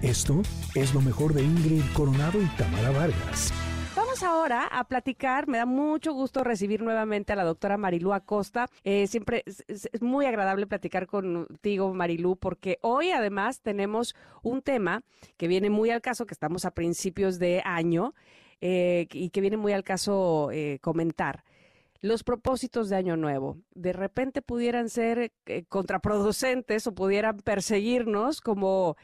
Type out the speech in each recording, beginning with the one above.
Esto es lo mejor de Ingrid Coronado y Tamara Vargas. Vamos ahora a platicar. Me da mucho gusto recibir nuevamente a la doctora Marilú Acosta. Siempre es muy agradable platicar contigo, Marilú, porque hoy además tenemos un tema que viene muy al caso, que estamos a principios de año y que viene muy al caso comentar. Los propósitos de Año Nuevo de repente pudieran ser contraproducentes o pudieran perseguirnos como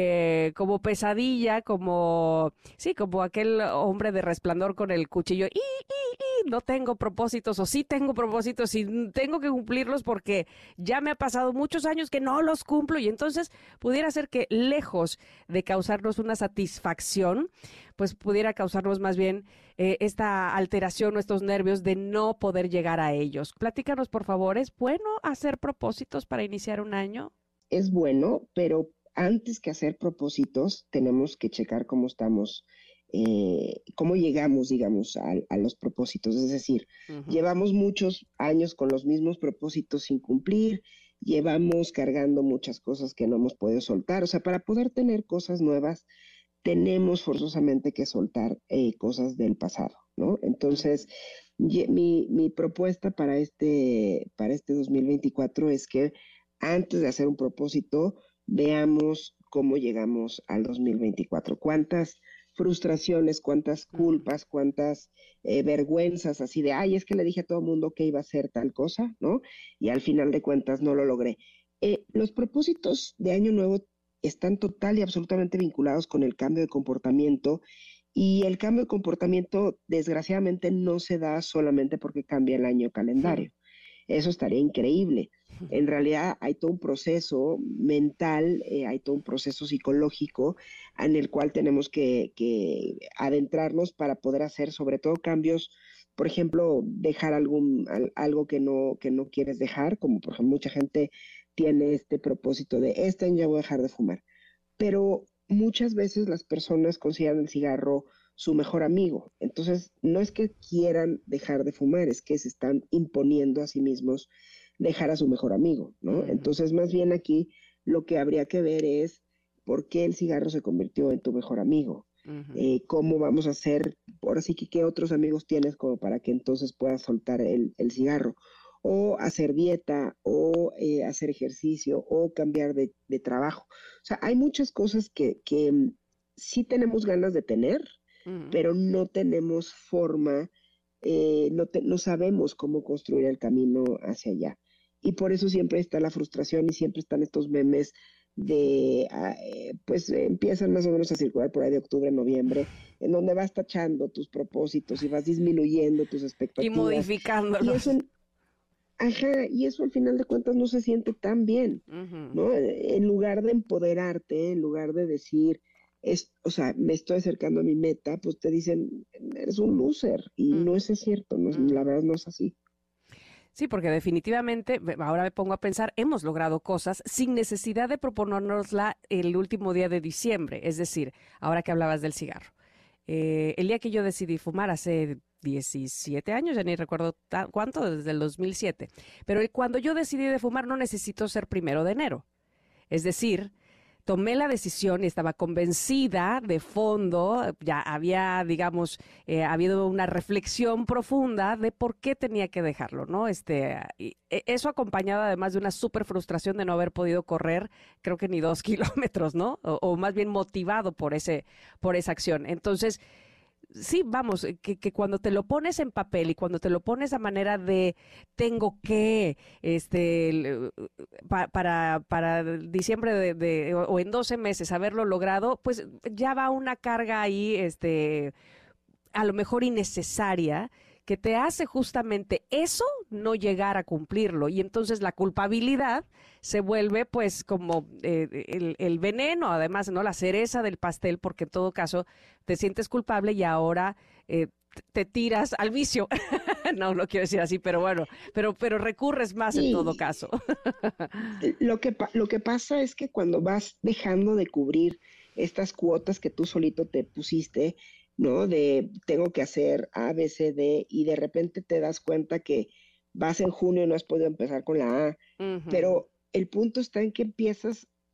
pesadilla, como aquel hombre de Resplandor con el cuchillo. No tengo propósitos o sí tengo propósitos y tengo que cumplirlos porque ya me ha pasado muchos años que no los cumplo, y entonces pudiera ser que lejos de causarnos una satisfacción, pues pudiera causarnos más bien esta alteración o estos nervios de no poder llegar a ellos. Platícanos, por favor, ¿es bueno hacer propósitos para iniciar un año? Es bueno, pero antes que hacer propósitos, tenemos que checar cómo estamos, cómo llegamos, digamos, a los propósitos. Es decir, llevamos muchos años con los mismos propósitos sin cumplir, llevamos cargando muchas cosas que no hemos podido soltar. O sea, para poder tener cosas nuevas, tenemos forzosamente que soltar cosas del pasado, ¿no? Entonces, mi propuesta para este 2024 es que antes de hacer un propósito, veamos cómo llegamos al 2024. Cuántas frustraciones, cuántas culpas, cuántas vergüenzas, así de, ay, es que le dije a todo el mundo que iba a hacer tal cosa, ¿no? Y al final de cuentas no lo logré. Los propósitos de Año Nuevo están total y absolutamente vinculados con el cambio de comportamiento, y el cambio de comportamiento desgraciadamente no se da solamente porque cambia el año calendario. Eso estaría increíble. En realidad hay todo un proceso mental, hay todo un proceso psicológico en el cual tenemos que adentrarnos para poder hacer sobre todo cambios. Por ejemplo, dejar algo que no quieres dejar, como por ejemplo mucha gente tiene este propósito de este año ya voy a dejar de fumar, pero muchas veces las personas consideran el cigarro su mejor amigo. Entonces, no es que quieran dejar de fumar, es que se están imponiendo a sí mismos dejar a su mejor amigo, ¿no? Entonces, más bien aquí lo que habría que ver es por qué el cigarro se convirtió en tu mejor amigo. ¿Cómo vamos a hacer? Ahora sí que qué otros amigos tienes como para que entonces puedas soltar el cigarro, o hacer dieta, o hacer ejercicio, o cambiar de trabajo. O sea, hay muchas cosas que sí tenemos ganas de tener, pero no tenemos forma, no sabemos cómo construir el camino hacia allá. Y por eso siempre está la frustración y siempre están estos memes de, pues empiezan más o menos a circular por ahí de octubre, noviembre, en donde vas tachando tus propósitos y vas disminuyendo tus expectativas. Y modificándolos. Y eso al final de cuentas no se siente tan bien, ¿no? En lugar de empoderarte, en lugar de decir, o sea, me estoy acercando a mi meta, pues te dicen, eres un loser, y no es cierto, no, la verdad no es así. Sí, porque definitivamente, ahora me pongo a pensar, hemos logrado cosas sin necesidad de proponérnosla el último día de diciembre. Es decir, ahora que hablabas del cigarro. El día que yo decidí fumar hace 17 años, ya ni recuerdo cuánto, desde el 2007. Pero cuando yo decidí de fumar no necesito ser 1 de enero. Es decir, tomé la decisión y estaba convencida de fondo, ya había, digamos, habido una reflexión profunda de por qué tenía que dejarlo, ¿no? Eso acompañado además de una súper frustración de no haber podido correr, creo que ni 2 kilómetros, ¿no? O más bien motivado por esa acción. Entonces, sí, vamos, que cuando te lo pones en papel y cuando te lo pones a manera de tengo que, para diciembre o en 12 meses haberlo logrado, pues ya va una carga ahí, a lo mejor innecesaria, que te hace justamente eso no llegar a cumplirlo, y entonces la culpabilidad se vuelve pues como el veneno, además, ¿no? La cereza del pastel, porque en todo caso te sientes culpable y ahora te tiras al vicio. No quiero decir así, pero bueno, pero recurres más en todo caso. Lo que pasa es que cuando vas dejando de cubrir estas cuotas que tú solito te pusiste, ¿no? De tengo que hacer A, B, C, D, y de repente te das cuenta que vas en junio y no has podido empezar con la A, pero el punto está en que empiezas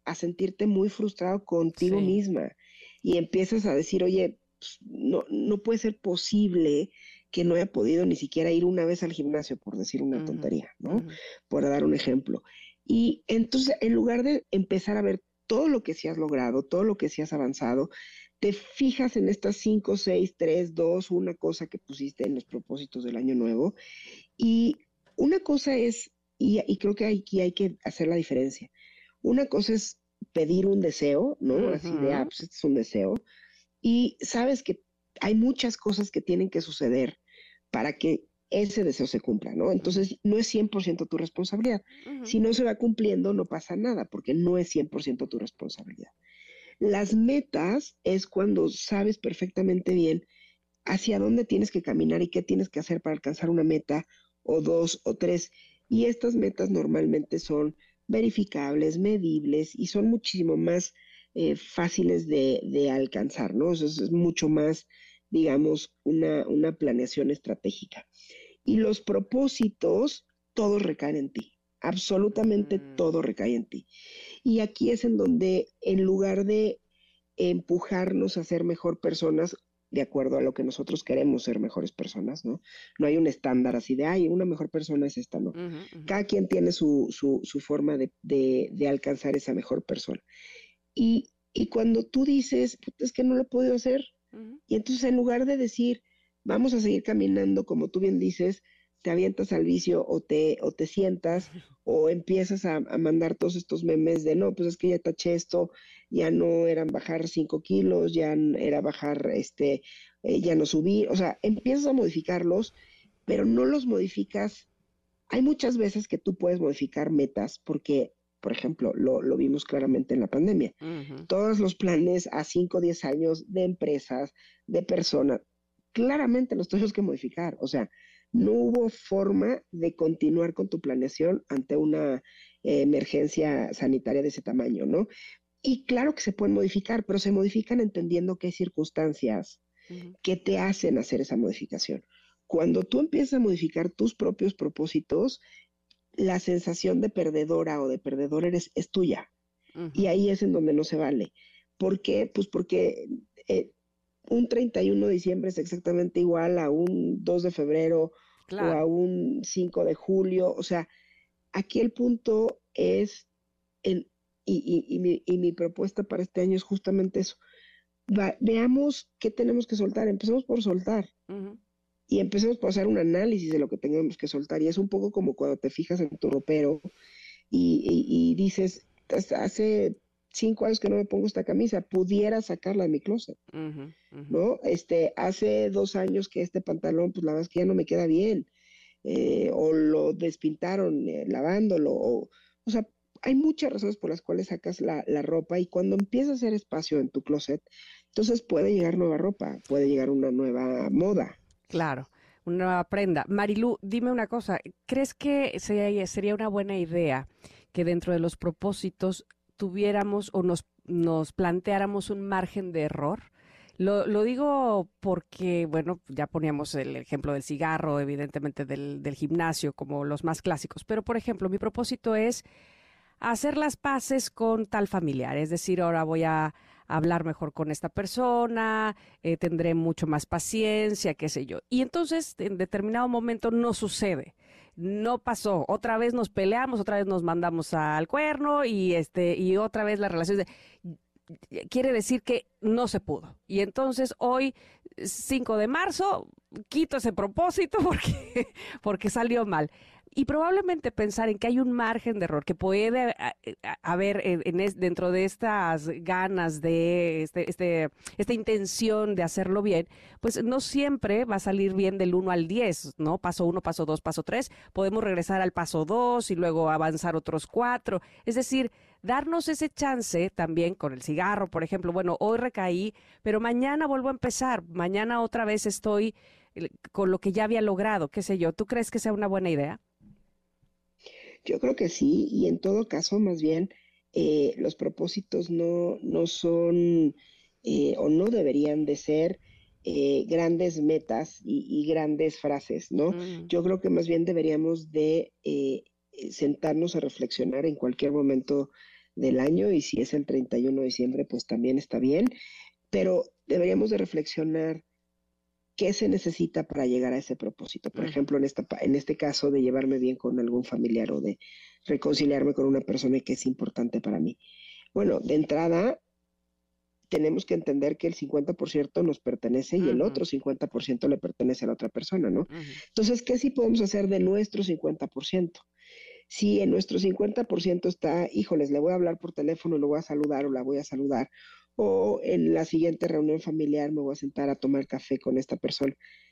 a sentirte muy frustrado contigo Sí. misma y empiezas a decir, oye, pues, no puede ser posible que no haya podido ni siquiera ir una vez al gimnasio, por decir una Ujú, tontería, ¿no? ujú. Por dar un ejemplo. Y entonces, en lugar de empezar a ver todo lo que sí has logrado, todo lo que sí has avanzado, te fijas en estas 5, 6, 3, 2, una cosa que pusiste en los propósitos del año nuevo. Y una cosa es, y creo que aquí hay que hacer la diferencia. Una cosa es pedir un deseo, ¿no? Así de, Ujú, pues este es un deseo. Y sabes que hay muchas cosas que tienen que suceder para que ese deseo se cumpla, ¿no? ujú, Entonces, no es 100% tu responsabilidad. ujú. Si no se va cumpliendo, no pasa nada, porque no es 100% tu responsabilidad. Las metas es cuando sabes perfectamente bien hacia dónde tienes que caminar y qué tienes que hacer para alcanzar una meta o dos o tres. Y estas metas normalmente son verificables, medibles y son muchísimo más fáciles de alcanzar, ¿no? Eso es mucho más, digamos, una planeación estratégica. Y los propósitos, todos recaen en ti. Absolutamente Mm, todo recae en ti. Y aquí es en donde, en lugar de empujarnos a ser mejor personas, de acuerdo a lo que nosotros queremos ser mejores personas, ¿no? No hay un estándar así de, ay, una mejor persona es esta, no. ujú, ujú, Cada quien tiene su forma de alcanzar esa mejor persona. Y cuando tú dices, es que no lo he podido hacer, ujú. y entonces en lugar de decir, vamos a seguir caminando, como tú bien dices, te avientas al vicio o te sientas o empiezas a mandar todos estos memes de, no, pues es que ya taché esto, ya no eran bajar 5 kilos, era bajar, ya no subí, o sea, empiezas a modificarlos, pero no los modificas. Hay muchas veces que tú puedes modificar metas porque, por ejemplo, lo vimos claramente en la pandemia. Ujú. Todos los planes a 5 o 10 años de empresas, de personas, claramente los tuvimos que modificar. O sea, no hubo forma de continuar con tu planeación ante una emergencia sanitaria de ese tamaño, ¿no? Y claro que se pueden modificar, pero se modifican entendiendo qué circunstancias Ujú. que te hacen hacer esa modificación. Cuando tú empiezas a modificar tus propios propósitos, la sensación de perdedora o de perdedor es tuya. Y Ujú. ahí es en donde no se vale. ¿Por qué? Pues porque eh, un 31 de diciembre es exactamente igual a un 2 de febrero o a Claro. un 5 de julio. O sea, aquí el punto es, en, y mi propuesta para este año es justamente eso. Veamos qué tenemos que soltar. Empecemos por soltar Ujú. y empecemos por hacer un análisis de lo que tengamos que soltar. Y es un poco como cuando te fijas en tu ropero y dices, hace 5 años que no me pongo esta camisa, pudiera sacarla de mi closet, Ujú, ujú. ¿no? Hace 2 años que este pantalón, pues la verdad es que ya no me queda bien, o lo despintaron lavándolo, o sea, hay muchas razones por las cuales sacas la ropa y cuando empieza a hacer espacio en tu closet, entonces puede llegar nueva ropa, puede llegar una nueva moda. Claro, una nueva prenda. Marilú, dime una cosa, ¿crees que sería una buena idea que dentro de los propósitos tuviéramos o nos planteáramos un margen de error? Lo digo porque, bueno, ya poníamos el ejemplo del cigarro, evidentemente del gimnasio, como los más clásicos, pero por ejemplo, mi propósito es hacer las paces con tal familiar, es decir, ahora voy a hablar mejor con esta persona, tendré mucho más paciencia, qué sé yo. Y entonces, en determinado momento no sucede. No pasó, otra vez nos peleamos, otra vez nos mandamos al cuerno y otra vez la relación quiere decir que no se pudo. Y entonces hoy, 5 de marzo, quito ese propósito porque salió mal. Y probablemente pensar en que hay un margen de error, que puede haber dentro de estas ganas de esta intención de hacerlo bien, pues no siempre va a salir bien del 1 al 10, ¿no? Paso 1, paso 2, paso 3. Podemos regresar al paso 2 y luego avanzar otros 4. Es decir, darnos ese chance también con el cigarro, por ejemplo. Bueno, hoy recaí, pero mañana vuelvo a empezar. Mañana otra vez estoy con lo que ya había logrado, qué sé yo. ¿Tú crees que sea una buena idea? Yo creo que sí, y en todo caso, más bien, los propósitos no son o no deberían de ser grandes metas y grandes frases, ¿no? Mm, Yo creo que más bien deberíamos de sentarnos a reflexionar en cualquier momento del año, y si es el 31 de diciembre, pues también está bien, pero deberíamos de reflexionar qué se necesita para llegar a ese propósito. Por ejemplo, en este caso de llevarme bien con algún familiar o de reconciliarme con una persona que es importante para mí. Bueno, de entrada, tenemos que entender que el 50% nos pertenece y el otro 50% le pertenece a la otra persona, ¿no? Entonces, ¿qué sí podemos hacer de nuestro 50%? Si en nuestro 50% está, híjoles, le voy a hablar por teléfono, lo voy a saludar o la voy a saludar, o en la siguiente reunión familiar me voy a sentar a tomar café con esta persona.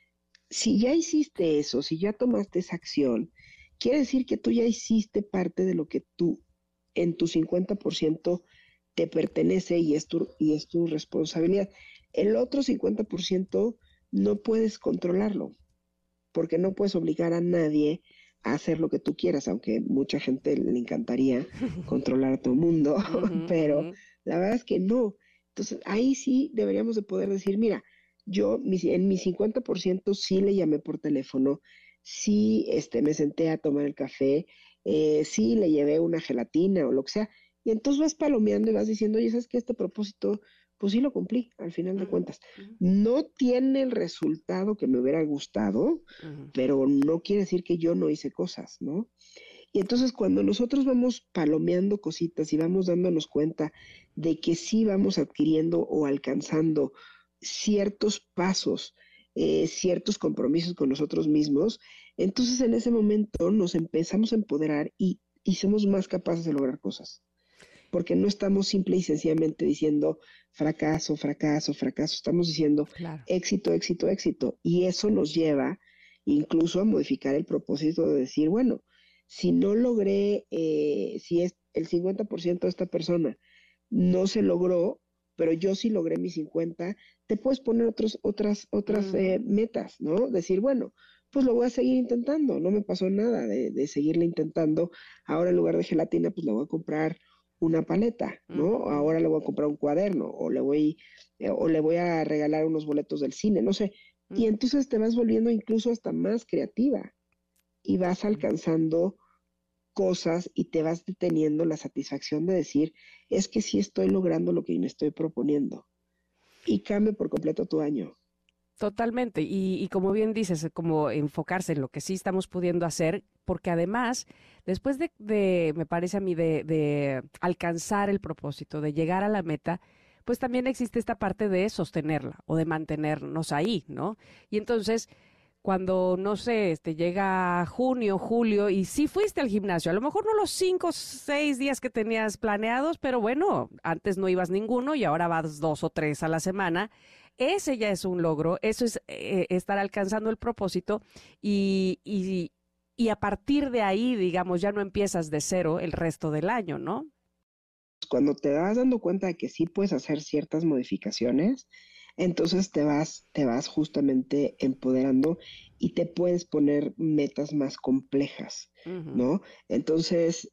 Si ya hiciste eso, si ya tomaste esa acción, quiere decir que tú ya hiciste parte de lo que tú en tu 50% te pertenece y es tu responsabilidad. El otro 50% no puedes controlarlo, porque no puedes obligar a nadie a hacer lo que tú quieras, aunque mucha gente le encantaría controlar a todo el mundo, pero la verdad es que no. Entonces, ahí sí deberíamos de poder decir, mira, yo en mi 50% sí le llamé por teléfono, sí me senté a tomar el café, sí le llevé una gelatina o lo que sea, y entonces vas palomeando y vas diciendo, oye, ¿sabes qué? Este propósito, pues sí lo cumplí, al final de cuentas. No tiene el resultado que me hubiera gustado, pero no quiere decir que yo no hice cosas, ¿no? Y entonces cuando nosotros vamos palomeando cositas y vamos dándonos cuenta de que sí vamos adquiriendo o alcanzando ciertos pasos, ciertos compromisos con nosotros mismos, entonces en ese momento nos empezamos a empoderar y somos más capaces de lograr cosas. Porque no estamos simple y sencillamente diciendo fracaso, fracaso, fracaso, estamos diciendo éxito, éxito, éxito. Y eso nos lleva incluso a modificar el propósito de decir, bueno, si no logré, si es el 50% de esta persona no se logró, pero yo sí logré mi 50, te puedes poner otras metas, ¿no? Decir, bueno, pues lo voy a seguir intentando, no me pasó nada de seguirle intentando. Ahora en lugar de gelatina, pues le voy a comprar una paleta, ¿no? Ahora le voy a comprar un cuaderno o le voy a regalar unos boletos del cine, no sé. Y entonces te vas volviendo incluso hasta más creativa y vas alcanzando cosas y te vas deteniendo la satisfacción de decir, es que sí estoy logrando lo que me estoy proponiendo. Y cambia por completo tu año. Totalmente, y como bien dices, como enfocarse en lo que sí estamos pudiendo hacer, porque además, después me parece a mí, de alcanzar el propósito, de llegar a la meta, pues también existe esta parte de sostenerla o de mantenernos ahí, ¿no? Y entonces, cuando, no sé, llega junio, julio, y sí fuiste al gimnasio, a lo mejor no los 5 o 6 días que tenías planeados, pero bueno, antes no ibas ninguno y ahora vas 2 o 3 a la semana. Ese ya es un logro, eso es estar alcanzando el propósito y a partir de ahí, digamos, ya no empiezas de cero el resto del año, ¿no? Cuando te vas dando cuenta de que sí puedes hacer ciertas modificaciones, entonces te vas justamente empoderando y te puedes poner metas más complejas, ¿no? Entonces,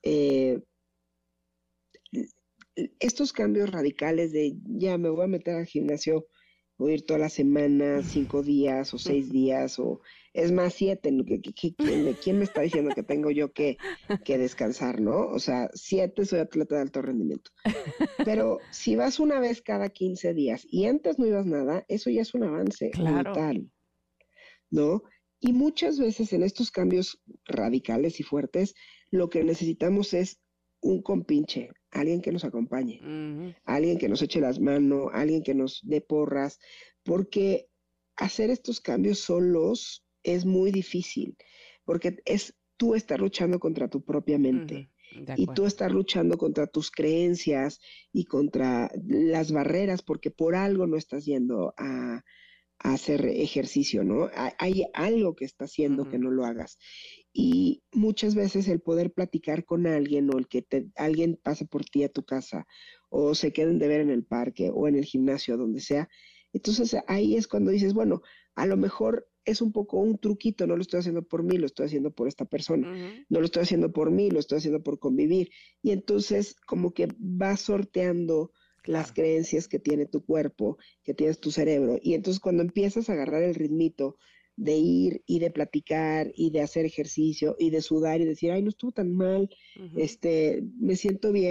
estos cambios radicales de ya me voy a meter al gimnasio, voy a ir toda la semana, 5 días o 6 días, o es más 7, ¿quién me está diciendo que tengo yo que descansar, no? O sea, 7 soy atleta de alto rendimiento. Pero si vas una vez cada 15 días y antes no ibas nada, eso ya es un avance brutal, ¿no? Y muchas veces en estos cambios radicales y fuertes, lo que necesitamos es un compinche, alguien que nos acompañe, alguien que nos eche las manos, alguien que nos dé porras, porque hacer estos cambios solos es muy difícil, porque es tú estar luchando contra tu propia mente. Y tú estar luchando contra tus creencias y contra las barreras, porque por algo no estás yendo a hacer ejercicio, ¿no? Hay algo que está haciendo que no lo hagas. Y muchas veces el poder platicar con alguien o el que alguien pase por ti a tu casa o se queden de ver en el parque o en el gimnasio, donde sea. Entonces ahí es cuando dices, bueno, a lo mejor es un poco un truquito, no lo estoy haciendo por mí, lo estoy haciendo por esta persona, no lo estoy haciendo por mí, lo estoy haciendo por convivir. Y entonces como que vas sorteando las creencias que tiene tu cuerpo, que tienes tu cerebro. Y entonces cuando empiezas a agarrar el ritmito de ir y de platicar y de hacer ejercicio y de sudar y decir, ay, no estuvo tan mal, me siento bien,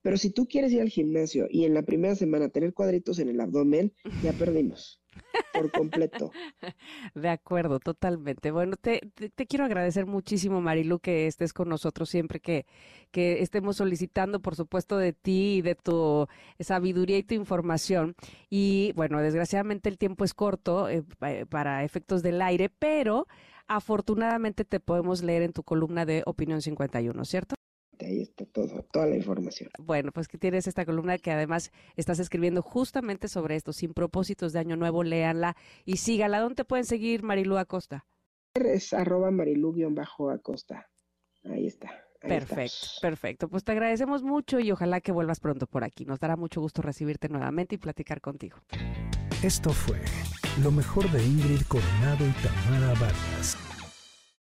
Pero si tú quieres ir al gimnasio y en la primera semana tener cuadritos en el abdomen, ya perdimos por completo. De acuerdo, totalmente. Bueno, te quiero agradecer muchísimo, Marilu, que estés con nosotros siempre que estemos solicitando, por supuesto, de ti y de tu sabiduría y tu información. Y bueno, desgraciadamente el tiempo es corto para efectos del aire, pero afortunadamente te podemos leer en tu columna de Opinión 51, ¿cierto? Ahí está todo, toda la información. Bueno, pues que tienes esta columna que además estás escribiendo justamente sobre esto, sin propósitos de año nuevo, léanla y sígala. ¿Dónde te pueden seguir, Marilu Acosta? Es @Marilu_Acosta. Ahí está. Perfecto. Pues te agradecemos mucho y ojalá que vuelvas pronto por aquí. Nos dará mucho gusto recibirte nuevamente y platicar contigo. Esto fue lo mejor de Ingrid Coronado y Tamara Vargas.